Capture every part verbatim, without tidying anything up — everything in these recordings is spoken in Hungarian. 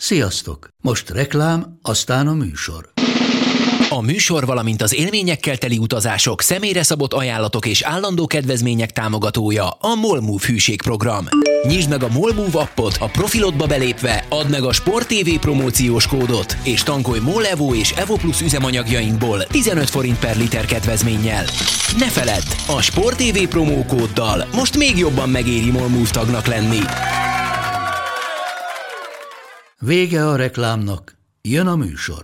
Sziasztok! Most reklám, aztán a műsor. A műsor, valamint az élményekkel teli utazások, személyre szabott ajánlatok és állandó kedvezmények támogatója a MOLMOVE hűségprogram. Nyisd meg a MOLMOVE appot, a profilodba belépve add meg a Sport té vé promóciós kódot, és tankolj MOL Evo és Evo Plus üzemanyagjainkból tizenöt forint per liter kedvezménnyel. Ne feledd, a Sport té vé promókóddal most még jobban megéri MOLMOVE tagnak lenni. Vége a reklámnak, jön a műsor.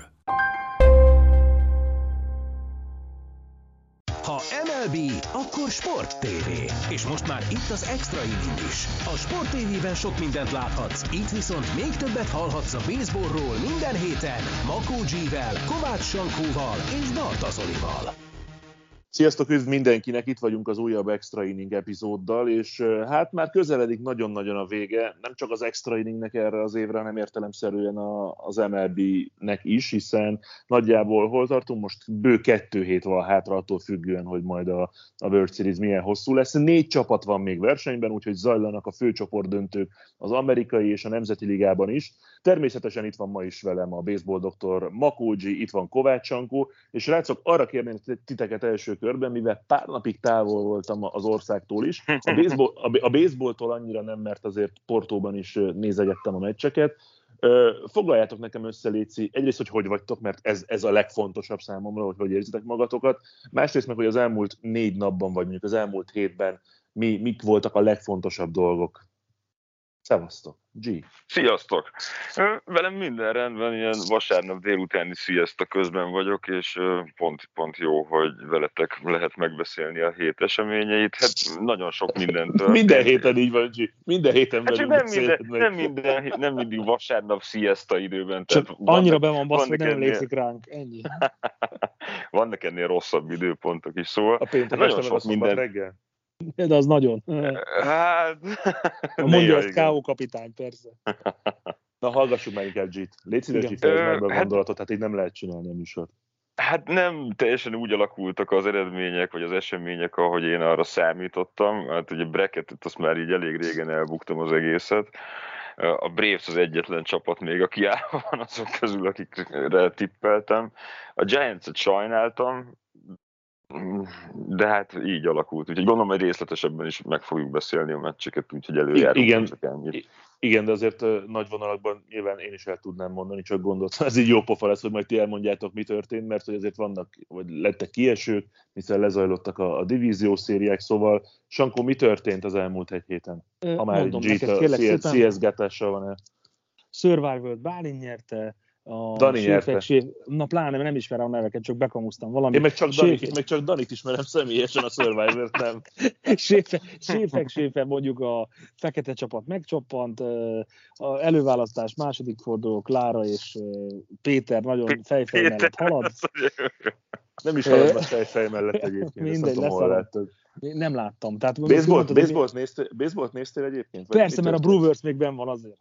Ha em el bé, akkor Sport té vé. És most már itt az Extra Inning is. A Sport té vében sok mindent láthatsz, itt viszont még többet hallhatsz a baseballról minden héten Makó G-vel, Kovács Sankóval és Barta Zolival. Sziasztok, üdv mindenkinek, itt vagyunk az újabb Extra Inning epizóddal, és hát már közeledik nagyon-nagyon a vége, nem csak az Extra Inningnek erre az évre, hanem értelemszerűen a, az em el bé-nek is, hiszen nagyjából hol tartunk, most bő kettő hét van hátra, attól függően, hogy majd a, a World Series milyen hosszú lesz. Négy csapat van még versenyben, úgyhogy zajlanak a főcsoportdöntők az amerikai és a nemzeti ligában is. Természetesen itt van ma is velem a baseball doktor Makó G, itt van Kovács Sankó, és rácok, arra kérném titeket első körben, mivel pár napig távol voltam az országtól is. A, baseball, a baseballtól annyira nem, mert azért Portóban is nézegettem a meccseket. Foglaljátok nekem össze, léci, egyrészt, hogy hogy vagytok, mert ez, ez a legfontosabb számomra, hogy hogy érzitek magatokat. Másrészt meg, hogy az elmúlt négy napban, vagy mondjuk az elmúlt hétben mi, mik voltak a legfontosabb dolgok. Szevasztok, G. Sziasztok! Velem minden rendben, ilyen vasárnap délutáni sziaszta közben vagyok, és pont, pont jó, hogy veletek lehet megbeszélni a hét eseményeit. Hát nagyon sok mindent. Minden héten így van, G. Minden héten hát velünk nem, beszéled minden, meg. nem, minden, nem mindig vasárnap sziaszta időben. Csak tehát annyira be van baszva, hogy nem ennél... emlékszik ránk. Ennyi. Vannak ennél rosszabb időpontok is, szóval A péntek nagyon este meg a sok szombat minden... reggel? De az nagyon. Hát... Mondja ezt ká ó kapitány, persze. Na, hallgassuk meg inkább G-t. Légy szíves, G, fejezd meg be a gondolatot, hát így nem lehet csinálni a műsort. Hát nem teljesen úgy alakultak az eredmények, vagy az események, ahogy én arra számítottam. Hát ugye bracketet, azt már így elég régen elbuktam az egészet. A Braves az egyetlen csapat még, aki állva van azok közül, akikre tippeltem. A Giants-et sajnáltam, de hát így alakult. Úgyhogy gondolom, hogy részletesebben is meg fogjuk beszélni a meccseket, úgyhogy előjárunk. Igen, csak ennyit. Igen, de azért uh, nagy vonalakban nyilván én is el tudnám mondani, csak gondoltam, ez így jó pofa lesz, hogy majd ti elmondjátok, mi történt, mert hogy azért vannak, vagy lettek kiesők, hiszen lezajlottak a, a divíziós szériák, szóval Sankó, mi történt az elmúlt egy héten? Ha már G-t a cé es gátással van el. Survivor-t Bálint nyerte, a Dani nyerte. Séf, na pláne, mert nem ismerem a neveket, csak bekamusztam valamit. Én meg csak, Dani, én meg csak Danit ismerem személyesen, a Survivor-t nem. Séfe, séfek, séfe, mondjuk a fekete csapat megcsappant, a előválasztás második forduló, Klára és Péter nagyon fejfej mellett halad. Nem is halad a fejfej mellett egyébként. Mindegy, leszalad. Nem láttam. Tehát baseballt, baseballt, néztél, baseballt néztél egyébként? Persze, mert a Brewers még benn van azért.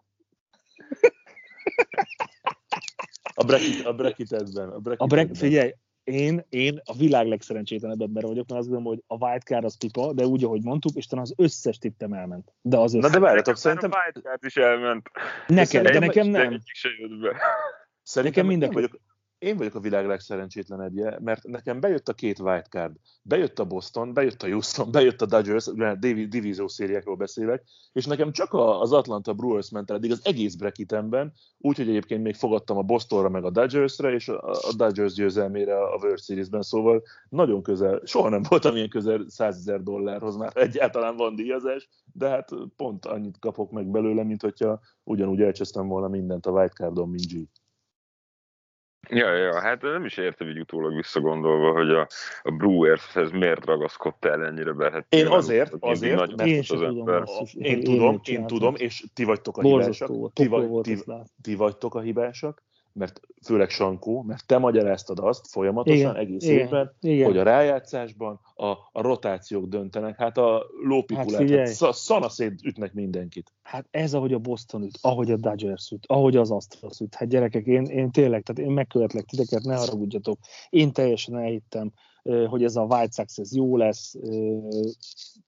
A bracket, a bracketedben. A, a bracket, figyelj, én, én a világ legszerencsétlenebb ember vagyok, mert azt gondolom, hogy a wildcard az pipa, de úgy, ahogy mondtuk, Isten az összes tippem elment. De az összes. Na de várjatok, szerintem... A wildcard is elment. Neked, de nekem nem. Egyik se jött be. Szerintem nekem mindenki. Én vagyok a világ legszerencsétlenebbje, mert nekem bejött a két wildcard, bejött a Boston, bejött a Houston, bejött a Dodgers, divíziós szériákról beszélek, és nekem csak az Atlanta Brewers ment el eddig az egész bracketemben, úgyhogy egyébként még fogadtam a Bostonra meg a Dodgersre, és a Dodgers győzelmére a World Seriesben, szóval nagyon közel, soha nem voltam ilyen közel százezer dollárhoz, már egyáltalán van díjazás, de hát pont annyit kapok meg belőle, mint hogyha ugyanúgy elcsesztem volna mindent a wildcardon, mint G. Ja, ja, hát nem is értem így utólag visszagondolva, hogy a, a Brewershez miért ragaszkodtál ennyire be. Hát én azért, azért, mert én sem tudom. Én, én tudom, én tudom, és ti vagytok a hibásak. Ti, vagy, ti, ti vagytok a hibásak, mert főleg Sankó, mert te magyaráztad azt folyamatosan, igen, egész igen, évben, igen. hogy a rájátszásban a, a rotációk döntenek. Hát a lópikulát, hát hát szanaszét ütnek mindenkit. Hát ez, ahogy a Boston üt, ahogy a Dodgers üt, ahogy az Astros üt. Hát gyerekek, én, én tényleg, tehát én megkövetlek titeket, ne haragudjatok. Én teljesen elhittem, hogy ez a White Sox ez jó lesz.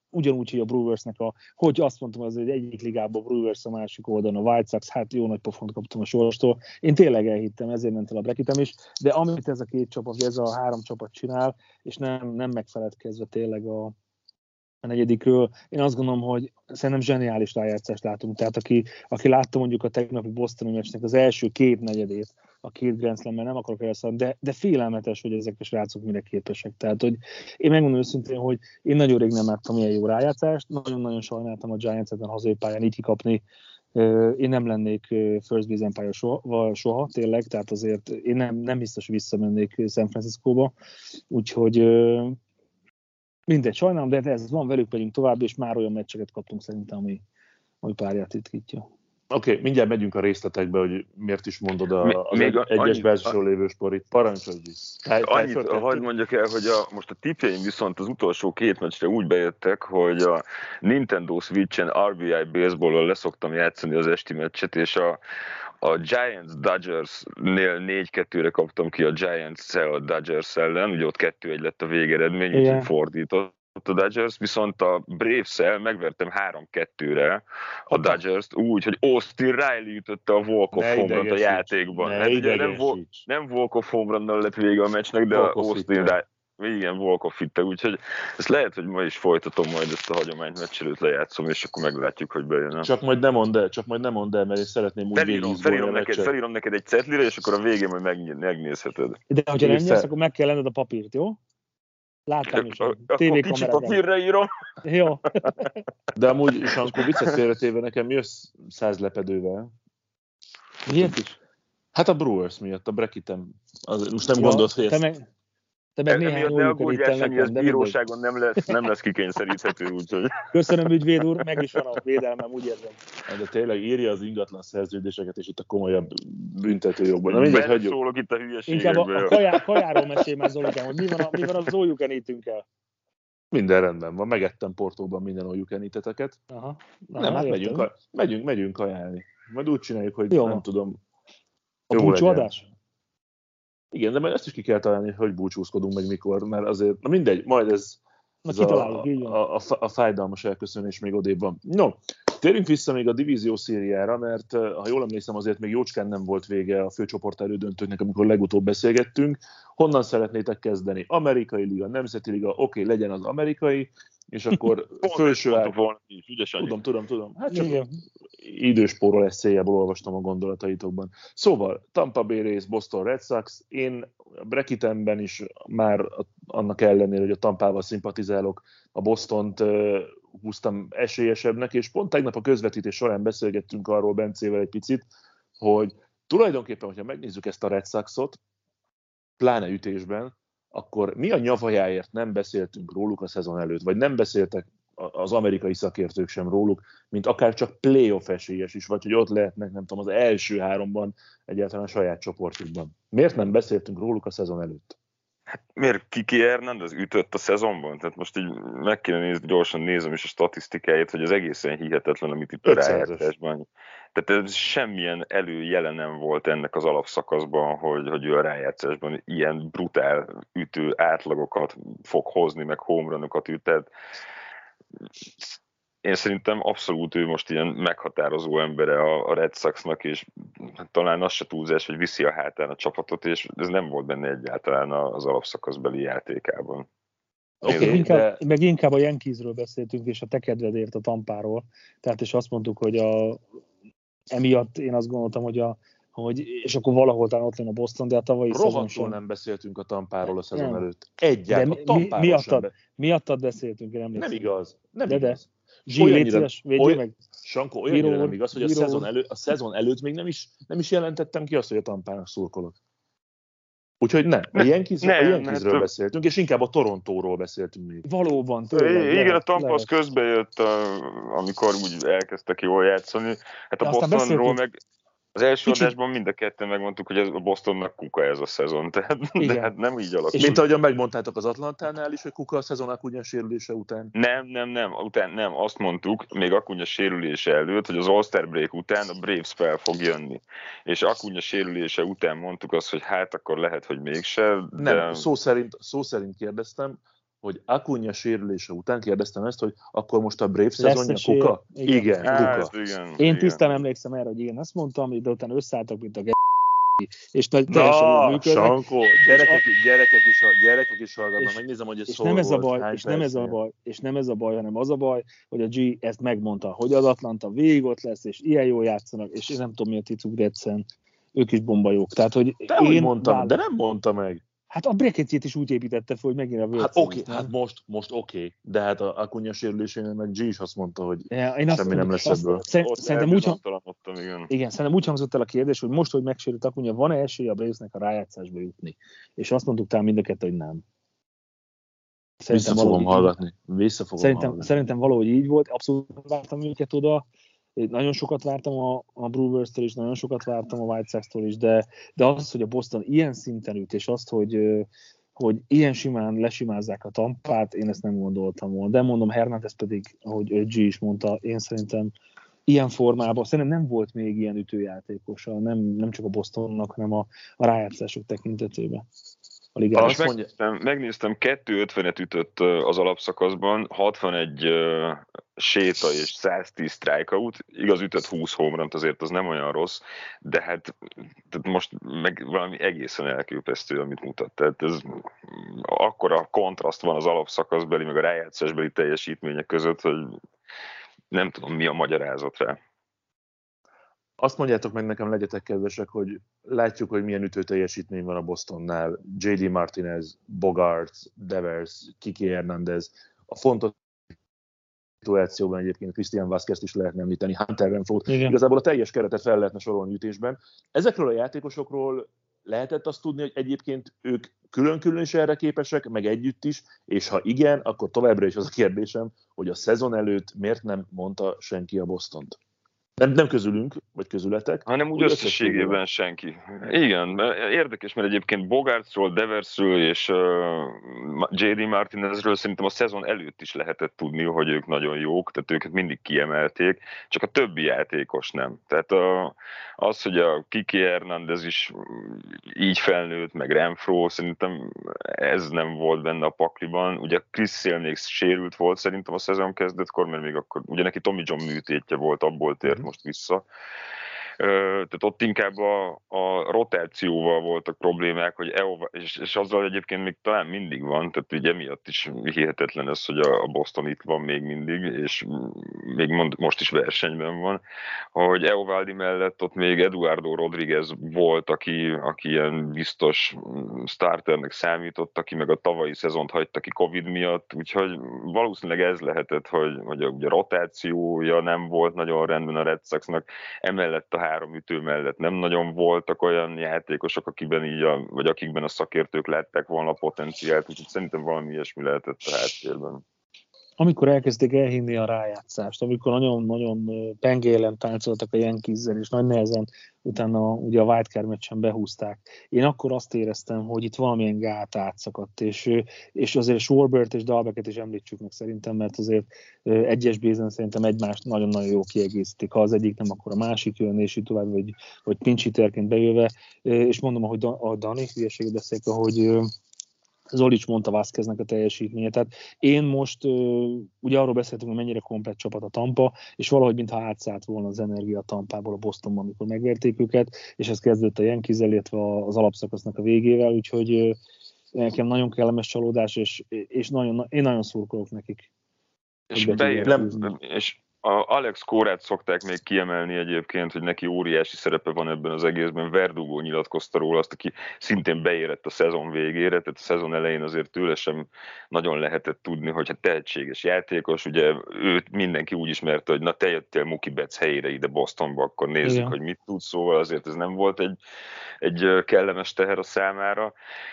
ugyanúgy, hogy a Brewersnek a, hogy azt mondtam, az egy egyik ligában a Brewers, a másik oldalon a White Sox, hát jó nagy pofont kaptam a sorstól. Én tényleg elhittem, ezért ment el a bracketem is, de amit ez a két csapat, ez a három csapat csinál, és nem, nem megfeledkezve tényleg a, a negyedikről, én azt gondolom, hogy szerintem zseniális rájátszást látunk. Tehát aki, aki látta mondjuk a tegnapi bostoni meccsnek az első két negyedét, a két Grand Slam-mel nem akarok elszállni, de, de félelmetes, hogy ezek a srácok mire képesek. Tehát, hogy én megmondom őszintén, hogy én nagyon rég nem láttam ilyen jó rájátszást, nagyon-nagyon sajnáltam a Giants-et a hazai pályán így kikapni. Én nem lennék first base umpire soha, soha, tényleg, tehát azért én nem, nem biztos, hogy visszamennék San Franciscóba, úgyhogy mindegy, sajnálom, de ez van, velük megyünk tovább, és már olyan meccseket kaptunk szerintem, ami, ami párját titkítja. Oké, okay, mindjárt megyünk a részletekbe, hogy miért is mondod a, az még a, egyes bázisról lévő sporit. Parancsolj! Annyit, hadd mondjak el, hogy a, most a tippjeim viszont az utolsó két meccsre úgy bejöttek, hogy a Nintendo Switch-en er bé i Baseball-on leszoktam játszani az esti meccset, és a, a Giants-Dodgers-nél négy kettőre kaptam ki a Giants-szel a Dodgers ellen, ugye ott kettő egy lett a végeredmény, úgyhogy fordított a Dodgers, viszont a Braves-szel megvertem három kettőre a Dodgers-t úgy, hogy Austin Riley ütötte a walk-off home run a játékban. Hát ugye nem, nem walk-off home run lett vége a meccsnek, de a Austin Riley, igen, walk-off hitte, úgyhogy ezt lehet, hogy ma is folytatom majd ezt a hagyományt, meccs előtt lejátszom, és akkor meglátjuk, hogy bejön. Csak majd nem mondd el, csak majd nem mondd el, mert én szeretném úgy végigizgolni felírom, neked, felírom neked egy cetlire, és akkor a végén majd megnézheted. De hogyha nem nyersz, akkor meg kell lenned a papírt, jó? Láttam is. Akkor kicsi papírra írom. Jó. De amúgy, Sankó, viccet félretéve nekem jössz száz lepedővel. Miért is? Hát a Brewers miatt, a bracketem. Most nem ja, gondolod, hogy ezt... Meg, te meg néhány ójukon itt el nekem, ez bíróságon nem lesz, nem lesz kikényszeríthető, úgyhogy... Köszönöm, ügyvéd úr, meg is van a védelmem, úgy érzem. De tényleg írja az ingatlan szerződéseket, és itt a komolyabb büntetőjogban. Na mindegy, hagyjuk. Szólok itt a hülyeségekből. Inkább a, a kajá, kajáról mesélj már, Zolikám, hogy mi van, a, mi van az all-you-can-eatünkkel. Minden rendben van, megettem Portóban minden all-you-can-eateteket. Aha. Nem, hát megyünk, a, megyünk, megyünk kajálni. Majd úgy csináljuk, hogy jó. Nem tudom. A búcsúadás? Igen, de majd ezt is ki kell találni, hogy búcsúzkodunk meg mikor, mert azért, na mindegy, majd ez, ez a, a, a, a fájdalmas elköszönés még odébb van. No, térjünk vissza még a divízió szériára, mert ha jól emlékszem, azért még jócskán nem volt vége a főcsoport elődöntőknek, amikor legutóbb beszélgettünk. Honnan szeretnétek kezdeni? Amerikai liga, nemzeti liga, oké, okay, legyen az amerikai, és akkor felső áll... Tudom, tudom, tudom. Hát csak igen. Időspórol eszélyából olvastam a gondolataitokban. Szóval Tampa Bay Rays, Boston Red Sox. Én a bracketemben is már annak ellenére, hogy a Tampával szimpatizálok, a Bostont uh, húztam esélyesebbnek, és pont tegnap a közvetítés során beszélgettünk arról Bencével egy picit, hogy tulajdonképpen, hogyha megnézzük ezt a Red Soxot, pláne ütésben, akkor mi a nyavajáért nem beszéltünk róluk a szezon előtt, vagy nem beszéltek az amerikai szakértők sem róluk, mint akár csak playoff esélyes is, vagy hogy ott lehetnek, nem tudom, az első háromban egyáltalán a saját csoportjukban. Miért nem beszéltünk róluk a szezon előtt? Hát miért Kiki Hernández ütött a szezonban? Tehát most így meg kéne nézni, gyorsan nézem is a statisztikáját, hogy az egészen hihetetlen, amit itt a rájátszásban. Tehát ez semmilyen előjele nem volt ennek az alapszakaszban, hogy, hogy ő a rájátszásban ilyen brutál ütő átlagokat fog hozni, meg home runokat üt. Tehát én szerintem abszolút ő most ilyen meghatározó embere a Red Soxnak, és talán az se túlzás, hogy viszi a hátán a csapatot, és ez nem volt benne egyáltalán az alapszakaszbeli játékában. Okay, meg, inkább, de... meg inkább a Yankeesről beszéltünk, és a te kedvedért a Tampáról. Tehát és azt mondtuk, hogy a, emiatt én azt gondoltam, hogy a hogy, és akkor valahol talán ott lenne a Boston, de a tavalyi szezon sem. nem beszéltünk a Tampáról a szezon nem. előtt. Egyáltalán a Tampáról mi, miattad, sem. Miattad beszéltünk, én emlékszem. Nem igaz. Nem de, igaz. Zsí, légy szíves, védjél meg. Sankó, olyannyira nem igaz, hogy a szezon, elő, a szezon előtt még nem is, nem is jelentettem ki azt, hogy a Tampának szurkolok. Úgyhogy nem, a Yankeesről beszéltünk, és inkább a Torontóról beszéltünk még. Valóban. Tőle, igen, a Tampa az közbe jött, amikor úgy elkezdtek jól játszani. Hát a Bostonról meg az első Kicsit... adásban mind a ketten megmondtuk, hogy ez a Bostonnak kuka ez a szezon, tehát de hát nem így alakult. Mint ahogyan megmondtátok az Atlantánál is, hogy kuka a szezon Acuna sérülése után. Nem, nem, nem, után nem, azt mondtuk, még Acuna sérülése előtt, hogy az All-Star break után a Braves fel fog jönni. És Acuna sérülése után mondtuk azt, hogy hát akkor lehet, hogy mégse. De... Nem, szó szerint, szó szerint kérdeztem, hogy Acuna sérülése után kérdeztem ezt, hogy akkor most a Brave szezonja kuka? Igen, igen, hát, kuka. igen. Én igen. tisztán emlékszem erre, hogy én azt mondtam, de utána összeálltak, mint a g***, és nagy, teljesen jól Na, működnek. Sankó, gyerekek, gyerekek, is, gyerekek is hallgatnak, És- megnézem, hogy ez És hol nem ez a volt, baj, hány és nem ez a percnél. baj, és nem ez a baj, hanem az a baj, hogy a G ezt megmondta, hogy az Atlanta végig ott lesz, és ilyen jól játszanak, és én nem tudom, mi a ticuk, de egyszerűen ők is bombajók. Tehát, hogy De hogy én mondtam, vállom. de nem mondta meg. Hát a bracketjét is úgy építette fel, hogy megint a World Hát Series, oké, okay, nem? hát most, most oké, okay. De hát a Acuna sérülésénél meg G is azt mondta, hogy Ja, én azt semmi nem lesz azt- ebből. Szerint, Ott szerintem, úgy, hang- elbizonytalanodtam, igen. igen, szerintem úgy hangzott el a kérdés, hogy most, hogy megsérült Acuna, van-e esélye a Bravesnek a rájátszásba jutni? És azt mondtuk talán mind a kettő, hogy nem. Vissza fogom valahogy így- hallgatni. Vissza fogom Szerintem, hallgatni. szerintem valahogy így volt, abszolút vártam őket oda. Én nagyon sokat vártam a, a Brewers-től is, nagyon sokat vártam a White Sox-tól is, de, de az, hogy a Boston ilyen szinten üt, és azt, hogy, ö, hogy ilyen simán lesimázzák a Tampát, én ezt nem gondoltam volna. De mondom, Hernández pedig, ahogy G is mondta, én szerintem ilyen formában, szerintem nem volt még ilyen ütőjátékosa, nem, nem csak a Bostonnak, hanem a, a rájátszások tekintetében. A ligában. Most megnéztem, megnéztem, kétszázötvenet ütött az alapszakaszban, hatvanegy uh, séta és száztíz strikeout, igaz ütött húsz homerant, azért az nem olyan rossz, de hát tehát most meg valami egészen elképesztő, amit mutat. Tehát ez akkora kontraszt van az alapszakaszbeli, meg a rájátszásbeli teljesítmények között, hogy nem tudom, mi a magyarázat rá. Azt mondjátok meg nekem, legyetek kedvesek, hogy látjuk, hogy milyen ütő teljesítmény van a Bostonnál. jé dé Martinez, Bogaerts, Devers, Kiki Hernández. A fontos szituációban egyébként Christian Vázquezt is lehetne említeni, Hunter Renfroe-t. Igazából a teljes keretet fel lehetne sorolni ütésben. Ezekről a játékosokról lehetett azt tudni, hogy egyébként ők külön-külön is erre képesek, meg együtt is, és ha igen, akkor továbbra is az a kérdésem, hogy a szezon előtt miért nem mondta senki a Bostont. Nem, nem közülünk, vagy közületek. Hanem úgy összességében senki. Igen, érdekes, mert egyébként Bogaertsról, Deversről és uh, jé dé Martinezről szerintem a szezon előtt is lehetett tudni, hogy ők nagyon jók, tehát őket mindig kiemelték, csak a többi játékos nem. Tehát a, az, hogy a Kiki Hernández is így felnőtt, meg Renfroe, szerintem ez nem volt benne a pakliban. Ugye Chris Sale még sérült volt szerintem a szezon kezdetkor, mert még akkor, ugye neki Tommy John műtétje volt, abból tért most vissza. Tehát ott inkább a, a rotációval voltak problémák, hogy Eova, és, és azzal egyébként még talán mindig van, tehát ugye emiatt is hihetetlen ez, hogy a Boston itt van még mindig, és még mond, most is versenyben van, hogy Eovaldi mellett ott még Eduardo Rodriguez volt, aki, aki ilyen biztos starternek számított, aki meg a tavalyi szezont hagyta ki Covid miatt, úgyhogy valószínűleg ez lehetett, hogy, hogy a, a rotációja nem volt nagyon rendben a Red Soxnak, emellett a három ütő mellett nem nagyon voltak olyan játékosok, akikben így a, vagy akikben a szakértők látták volna a potenciált, úgyhogy szerintem valami ilyesmi lehetett a háttérben. Amikor elkezdték elhinni a rájátszást, amikor nagyon-nagyon pengélen táncoltak a Yankees-zel, és nagy nehezen utána ugye a wildcard meccsen behúzták, én akkor azt éreztem, hogy itt valamilyen gát átszakadt, és, és azért Schwarbert és Dalbeket is említsük meg szerintem, mert azért egyes bézen szerintem egymást nagyon-nagyon jó kiegészítik. Ha az egyik nem, akkor a másik jön, és így tovább, vagy, vagy pinch hitterként bejöve, és mondom, ahogy a Dani hülyeséget beszélt, hogy Zolics mondta Vázqueznek a teljesítménye. Tehát én most uh, ugye arról beszéltünk, hogy mennyire komplett csapat a Tampa, és valahogy mintha átszállt volna az energia a Tampából a Bostonban, amikor megverték őket, és ez kezdődött a Yankees-el, illetve az alapszakasznak a végével, úgyhogy uh, nekem nagyon kellemes csalódás, és, és nagyon, én nagyon szurkolok nekik. És, beér, és a Alex Corát szokták még kiemelni egyébként, hogy neki óriási szerepe van ebben az egészben. Verdugo nyilatkozta róla azt, aki szintén beérett a szezon végére, tehát a szezon elején azért tőle sem nagyon lehetett tudni, hogy hát tehetséges játékos, ugye őt mindenki úgy ismerte, hogy na te jöttél Mookie Betts helyére ide Bostonba, akkor nézzük, igen, hogy mit tudsz, szóval azért ez nem volt egy, egy kellemes teher a számára,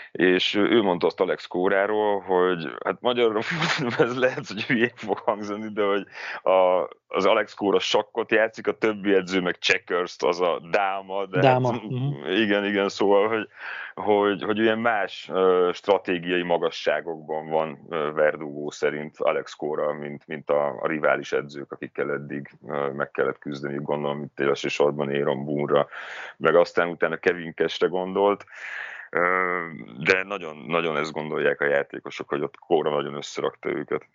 és ő mondta azt Alex Coráról, hogy hát magyarul ez lehet, hogy hülyén fog hangzani, de hogy a az Alex Cora sakkot játszik, a többi edző meg checkers, az a dáma, de dáma. Hát, uh-huh. igen, igen, szóval, hogy, hogy, hogy ilyen más uh, stratégiai magasságokban van uh, Verdugo szerint Alex Cora, mint, mint a, a rivális edzők, akikkel eddig uh, meg kellett küzdeni, gondolom itt elsősorban Aaron Boone-ra, meg aztán utána Kevin Cashre gondolt. De nagyon, nagyon ezt gondolják a játékosok, hogy ott Cora nagyon összerakta őket.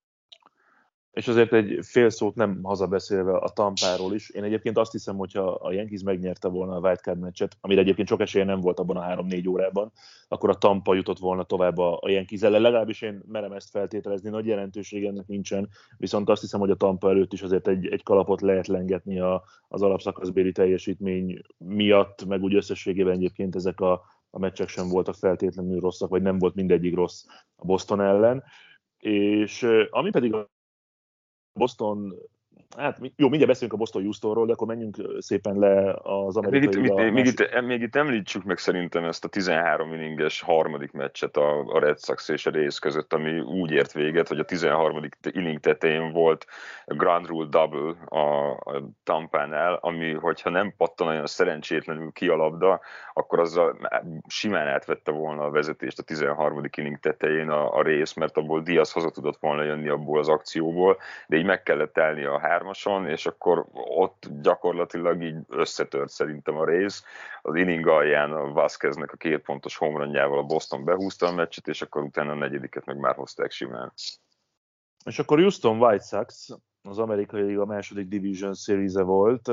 És azért egy fél szót nem hazabeszélve a Tampáról is. Én egyébként azt hiszem, hogyha a Yankees megnyerte volna a wildcard meccset, amire egyébként sok esélye nem volt abban a három-négy órában, akkor a Tampa jutott volna tovább a Yankees ellen. Legalábbis én merem ezt feltételezni, nagy jelentőség ennek nincsen, viszont azt hiszem, hogy a Tampa előtt is azért egy, egy kalapot lehet lengetni a, az alapszakaszbéli teljesítmény miatt, meg úgy összességében egyébként ezek a, a meccsek sem voltak feltétlenül rosszak, vagy nem volt mindegyik rossz a Boston ellen. És ami pedig a Boston, hát jó, mindjárt beszélünk a Boston-Houstonról, de akkor menjünk szépen le az amerikai... Még itt, még, itt, még itt említsük meg szerintem ezt a tizenhárom inninges harmadik meccset a, a Red Sox és a Rays között, ami úgy ért véget, hogy a tizenharmadik inning tetején volt a Grand Rule Double a, a Tampánál, ami, hogyha nem pattan olyan szerencsétlenül ki a labda, akkor azzal simán átvette volna a vezetést a tizenharmadik inning tetején a, a Rays, mert abból Diaz haza tudott volna jönni abból az akcióból, de így meg kellett állni a hármason, és akkor ott gyakorlatilag így összetört szerintem a Rays. Az inning alján a Vázqueznek a két pontos homerunjával a Boston behúzta a meccset, és akkor utána a negyediket meg már hozták simán. És akkor Houston White Sox, az amerikai liga második Division Series-e volt,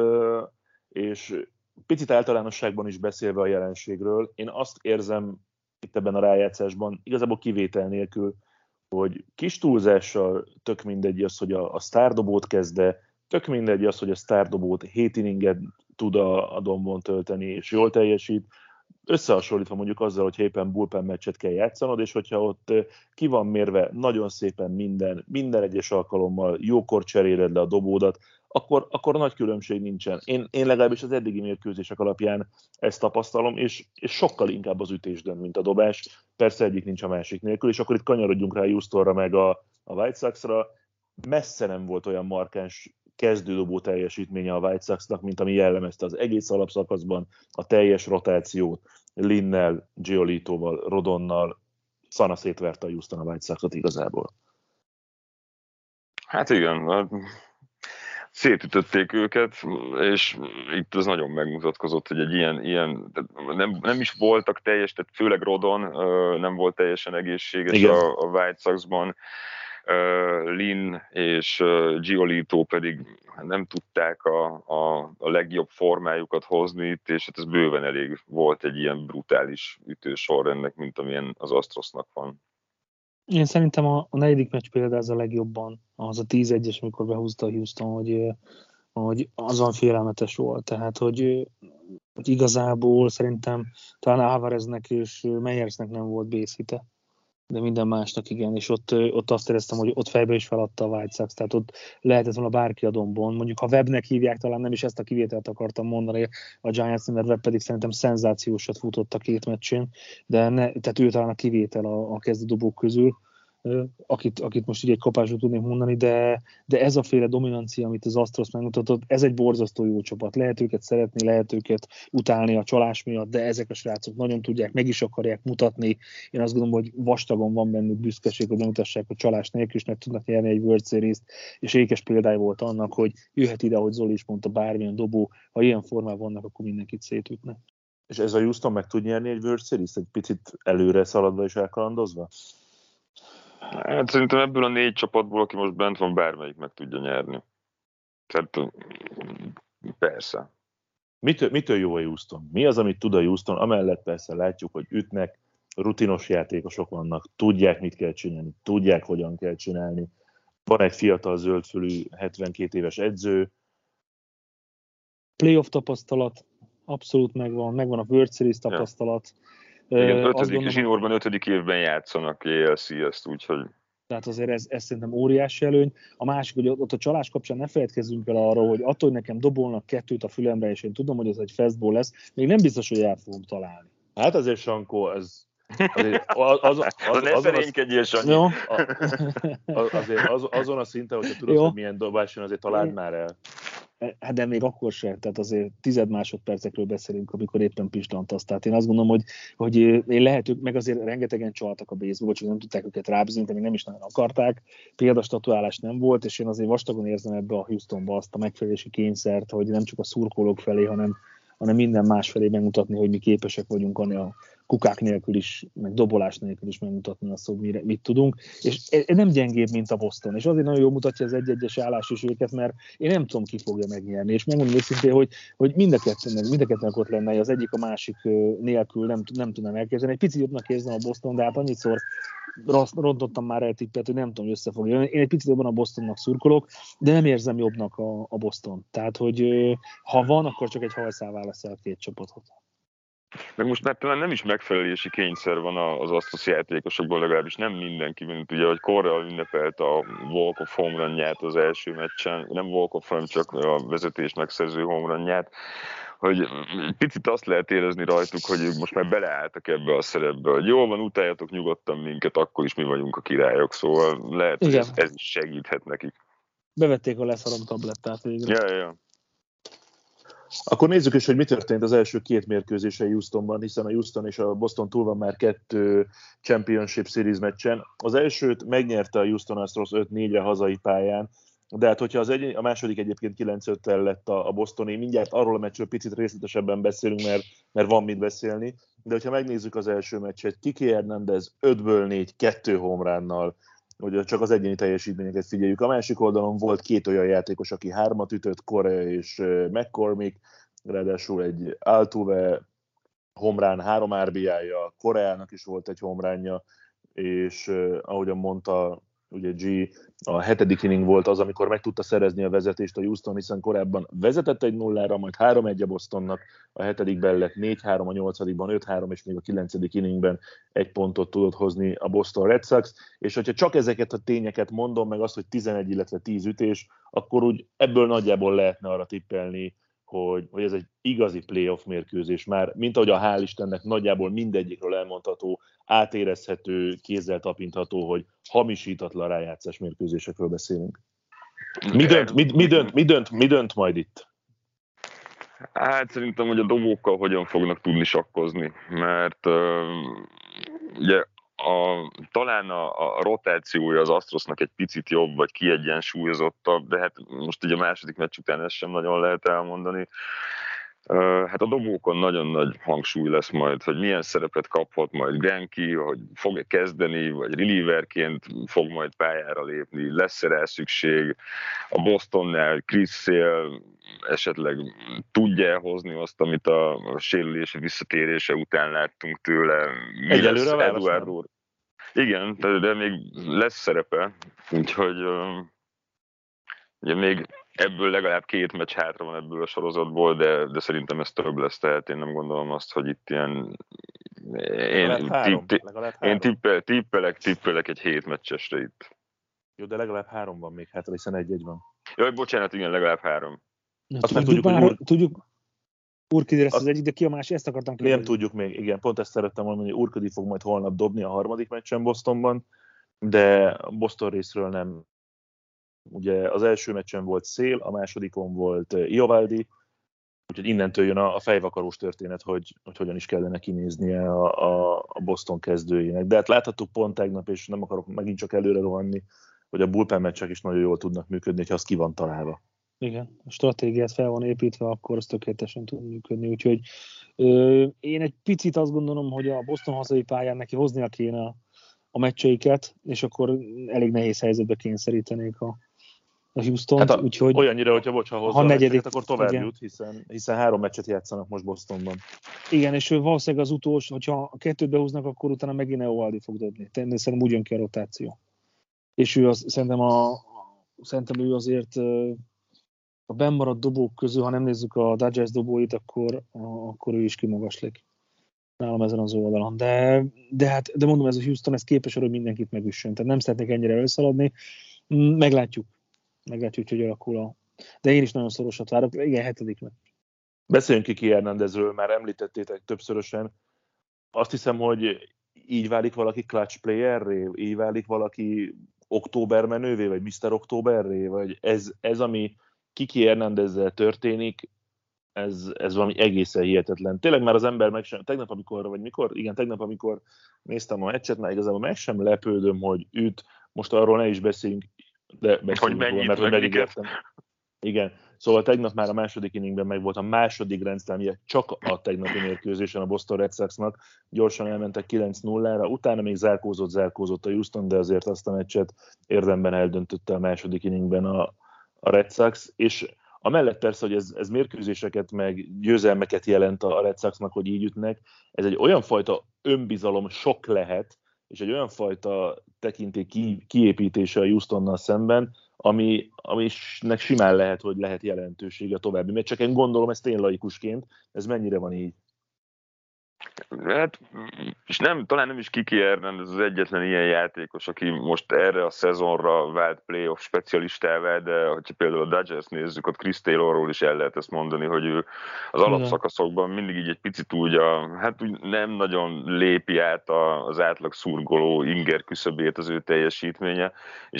és picit általánosságban is beszélve a jelenségről, én azt érzem itt ebben a rájátszásban, igazából kivétel nélkül, hogy kis túlzással tök mindegy az, hogy a, a sztárdobót kezde, tök mindegy az, hogy a sztárdobót hét inninget tud a, a dombon tölteni, és jól teljesít, összehasonlítva mondjuk azzal, hogy éppen bullpen meccset kell játszanod, és hogyha ott ki van mérve nagyon szépen minden, minden egyes alkalommal jókor cseréled le a dobódat, akkor, akkor nagy különbség nincsen. Én, én legalábbis az eddigi mérkőzések alapján ezt tapasztalom, és, és sokkal inkább az ütés dönt, mint a dobás. Persze egyik nincs a másik nélkül, és akkor itt kanyarodjunk rá Houstonra meg a, a White Sox-ra. Messze nem volt olyan markáns kezdődobó teljesítménye a White Sox-nak, mint ami jellemezte az egész alapszakaszban, a teljes rotációt, Linnel, Giolitoval, Rodonnal, szana szétverte a Houston a White Sox-ot igazából. Hát igen, szétütötték őket, és itt az nagyon megmutatkozott, hogy egy ilyen, ilyen nem, nem is voltak teljes, tehát főleg Rodon nem volt teljesen egészséges a, a White Sox-ban, Lynn és Giolito pedig nem tudták a, a, a legjobb formájukat hozni itt, és hát ez bőven elég volt egy ilyen brutális ütősorrendnek, mint amilyen az Astrosnak van. Én szerintem a, a negyedik meccs például ez a legjobban, az a tíz egyes, amikor behúzta a Houston, hogy, hogy azon félelmetes volt. Tehát, hogy, hogy igazából szerintem talán Álvareznek és Meyersnek nem volt base hite, de minden másnak igen, és ott, ott azt éreztem, hogy ott fejbe is feladta a White Sox, tehát ott lehetett volna bárki a dombon. Mondjuk, ha Webbnek hívják, talán nem is ezt a kivételt akartam mondani a Giants, mert Webb pedig szerintem szenzációsat futott a két meccsén, de ne, tehát ő talán a kivétel a, a kezdődobók közül, akit, akit most így egy kapásra tudnék mondani, de, de ez a féle dominancia, amit az Astros megmutatott, ez egy borzasztó jó csapat. Lehet őket szeretni, lehet őket utálni a csalás miatt, de ezek a srácok nagyon tudják, meg is akarják mutatni. Én azt gondolom, hogy vastagon van bennük büszkeség, hogy bemutassák, hogy csalás nélkül is meg tudnak nyerni egy World Series-t, és ékes példája volt annak, hogy jöhet ide, ahogy Zoli is mondta, bármilyen dobó, ha ilyen formában vannak, akkor mindenkit szétütnek. És ez a Houston meg tud nyerni egy World Series-t, egy picit előre szaladva és elkalandozva? Hát szerintem ebből a négy csapatból, aki most bent van, bármelyik meg tudja nyerni. Tehát persze. Mitől, mitől jó a Houston? Mi az, amit tud a Houston? Amellett persze látjuk, hogy ütnek, rutinos játékosok vannak, tudják, mit kell csinálni, tudják, hogyan kell csinálni. Van egy fiatal zöldfülű hetvenkét éves edző. Playoff tapasztalat, abszolút megvan, megvan a World Series tapasztalat. Ja. Igen, ötödik, zsinórban ötödik évben játszanak á el cé ezt, úgyhogy... Tehát azért ez, ez szerintem óriási előny. A másik, hogy ott a csalás kapcsán ne feledkezzünk el arról, hogy attól, hogy nekem dobolnak kettőt a fülemre, és én tudom, hogy ez egy fastball lesz, még nem biztos, hogy el fogom találni. Hát azért, Sankó, ez... Azért, az, az, az, az, ne szerénykedjél, Sanyi. Jó. Azért az, azon a szinten, hogyha tudod, jó, hogy milyen dobás jön, azért találd már el. Hát de még akkor sem, tehát azért tized másodpercekről beszélünk, amikor éppen pislantasz. Tehát én azt gondolom, hogy, hogy én lehetők, meg azért rengetegen csaltak a baseball, csak nem tudták őket rábizonyítani, még nem is nagyon akarták. Példastatuálás nem volt, és én azért vastagon érzem ebbe a Houstonba azt a megfelelési kényszert, hogy nem csak a szurkolók felé, hanem hanem minden másfelé megmutatni, hogy mi képesek vagyunk a kukák nélkül is, meg dobolás nélkül is megmutatni azt, hogy mire, mit tudunk. És nem gyengébb, mint a Boston. És azért nagyon jól mutatja az egy-egyes állás is őket, mert én nem tudom, ki fogja megnyerni. És megmondom őszintén, hogy, hogy mind a kettőnek, mind a kettőnek ott lenne, az egyik a másik nélkül nem, nem tudnám elképzelni. Egy picit jobbnak érzem a Boston, de hát annyiszor rontottam már el tippet, hogy nem tudom, hogy összefogja. Én egy picit jobban a Bostonnak szurkolok, de nem érzem jobbnak a, a Boston. Tehát, hogy ha van, akkor csak egy hajszál válasz el a két csapatot. Meg most már talán nem is megfelelési kényszer van az Astros játékosokból, legalábbis nem mindenki, mint ugye, hogy Correa ünnepelt a walk of home run-ját az első meccsen, nem walk of, hanem csak a vezetés megszerző home run-ját, hogy picit azt lehet érezni rajtuk, hogy ők most már beleálltak ebbe a szerepbe, hogy jól van, utáljatok nyugodtan minket, akkor is mi vagyunk a királyok, szóval lehet, hogy ez, ez is segíthet nekik. Bevették a leszarom tablettát végre. Ja, ja. Akkor nézzük is, hogy mi történt az első két mérkőzése Houstonban, hiszen a Houston és a Boston túl van már kettő Championship Series meccsen. Az elsőt megnyerte a Houston Astros öt négyre hazai pályán, de hát hogyha az egy, a második egyébként kilenc öttel lett a, a Bostoni, mindjárt arról a meccsről picit részletesebben beszélünk, mert, mert van mit beszélni, de hogyha megnézzük az első meccset, Kiki Hernández ötből négy, kettő homránnal, hogy csak az egyéni teljesítményeket figyeljük. A másik oldalon volt két olyan játékos, aki hármat ütött, Correa és McCormick, ráadásul egy Altuve homrán, három er bé í-ja, Correának is volt egy homránja, és ahogyan mondta, ugye G, a hetedik inning volt az, amikor meg tudta szerezni a vezetést a Houston, hiszen korábban vezetett egy nullára, majd három egy a Bostonnak, a hetedikben lett négy három, a nyolcadikban öt három, és még a kilencedik inningben egy pontot tudott hozni a Boston Red Sox, és hogyha csak ezeket a tényeket mondom, meg azt, hogy tizenegy, illetve tíz ütés, akkor úgy ebből nagyjából lehetne arra tippelni, hogy, hogy ez egy igazi playoff mérkőzés már, mint ahogy a hál' Istennek nagyjából mindegyikről elmondható, átérezhető, kézzel tapintható, hogy hamisítatlan rájátszás mérkőzésekről beszélünk. Mi dönt, mi, mi, dönt, mi, dönt, mi dönt majd itt? Hát szerintem, hogy a dobókkal hogyan fognak tudni sakkozni, mert uh, ugye a, talán a, a rotációja az Astrosnak egy picit jobb, vagy kiegyensúlyozottabb, de hát most ugye a második meccs után ezt sem nagyon lehet elmondani. Uh, hát a dobókon nagyon nagy hangsúly lesz majd, hogy milyen szerepet kaphat majd Greinke, hogy fog-e kezdeni, vagy relieverként fog majd pályára lépni, lesz-e rá szükség. A Bostonnál Chris Sale esetleg tudja hozni azt, amit a sérülése visszatérése után láttunk tőle. Mi Egyelőre lesz Eduardo? Igen, de, de még lesz szerepe, úgyhogy uh, ugye még ebből legalább két meccs hátra van ebből a sorozatból, de, de szerintem ez több lesz, tehát én nem gondolom azt, hogy itt ilyen... Én, három, tipp, én tippel, tippelek, tippelek egy hét meccsesre itt. Jó, de legalább három van még hátra, hiszen egy-egy van. Jaj, bocsánat, igen, legalább három. Ja, azt tudjuk, tudjuk, már, úr... tudjuk, Urkidi lesz azt... az egyik, de ki a másik, ezt akartam kérdezni. Nem tudjuk még, igen, pont ezt szerettem mondani, hogy Urkidi fog majd holnap dobni a harmadik meccsen Bostonban, de Boston részről nem. Ugye az első meccsen volt Sale, a másodikon volt Eovaldi, úgyhogy innentől jön a, a fejvakarós történet, hogy, hogy hogyan is kellene kinéznie a, a, a Boston kezdőjének. De hát láthattuk pont tegnap, és nem akarok megint csak előre rohanni, hogy a bullpen meccsek is nagyon jól tudnak működni, ha az ki van találva. Igen, a stratégiát fel van építve, akkor az tökéletesen tud működni. Úgyhogy ö, én egy picit azt gondolom, hogy a Boston hazai pályán neki hoznia kéne a, a meccseiket, és akkor elég nehéz helyzetbe kényszerítenék a a Houston-t, hát úgyhogy... Olyannyira, hogyha bocs, ha hozzá ha negyedik, akkor tovább igen. jut, hiszen, hiszen három meccset játszanak most Bostonban. Igen, és valószínűleg az utolsó, hogyha a kettőt behúznak, akkor utána megint Eovaldi fog dobni. Szerintem úgy jön ki a rotáció. És ő az, szerintem, a, szerintem ő azért a bennmaradt dobók közül, ha nem nézzük a Dodgers dobóit, akkor, akkor ő is kimagaslik nálam ezen az oldalon. De, de, hát, de mondom, ez a Houston, ez képes arra, hogy mindenkit megüssön. Tehát nem szeretnék ennyire elszaladni. Meglátjuk. Meglátjuk, hogy alakul a... De én is nagyon szorosat várok. Igen, hetedik meccs. Beszéljünk Kiki Hernándezről, már említettétek többszörösen. Azt hiszem, hogy így válik valaki clutch playerré, így válik valaki október menővé, vagy miszter Októberré, vagy ez, ez ami Kiki Hernándezzel történik, ez, ez valami egészen hihetetlen. Tényleg már az ember meg sem, tegnap amikor, vagy mikor, igen, tegnap amikor néztem a meccset, már igazából meg sem lepődöm, hogy üt, most arról ne is beszéljünk, de beszéljünk róla, mert hogy megígértem. Igen, Szóval tegnap már a második inningben meg volt a második Grand Slamje csak a tegnapi mérkőzésen a Boston Red Soxnak. Gyorsan elmentek kilenc nullára, utána még zárkózott, zárkózott a Houston, de azért azt a meccset érdemben eldöntötte a második inningben a, a Red Sox, és amellett persze, hogy ez, ez mérkőzéseket meg győzelmeket jelent a Red Soxnak, hogy így ütnek, ez egy olyan fajta önbizalom sok lehet, és egy olyan fajta tekintély ki, kiépítése a Houstonnal szemben, ami, aminek simán lehet, hogy lehet jelentősége további. Mert csak én gondolom, ezt én laikusként, ez mennyire van így? Hát, és nem, talán nem is Kiki Hernandez az egyetlen ilyen játékos, aki most erre a szezonra vált playoff specialistává, de hogyha például a Dodgers nézzük, ott Chris Taylorról is el lehet ezt mondani, hogy ő az alapszakaszokban mindig így egy picit úgy, a, hát úgy nem nagyon lépi át az átlag szurkoló inger küszöbét az ő teljesítménye. És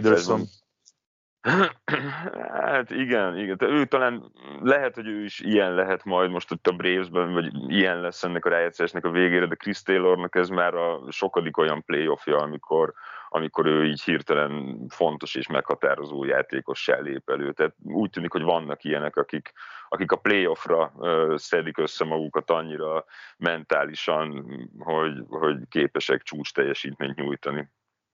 hát igen, igen. De ő talán lehet, hogy ő is ilyen lehet majd most ott a Bravesben, vagy ilyen lesz ennek a rájátszásnak a végére, de Chris Taylornak ez már a sokadik olyan playoffja, amikor, amikor ő így hirtelen fontos és meghatározó játékossá lép elő. Tehát úgy tűnik, hogy vannak ilyenek, akik, akik a playoffra uh, szedik össze magukat annyira mentálisan, hogy, hogy képesek csúcs teljesítményt nyújtani.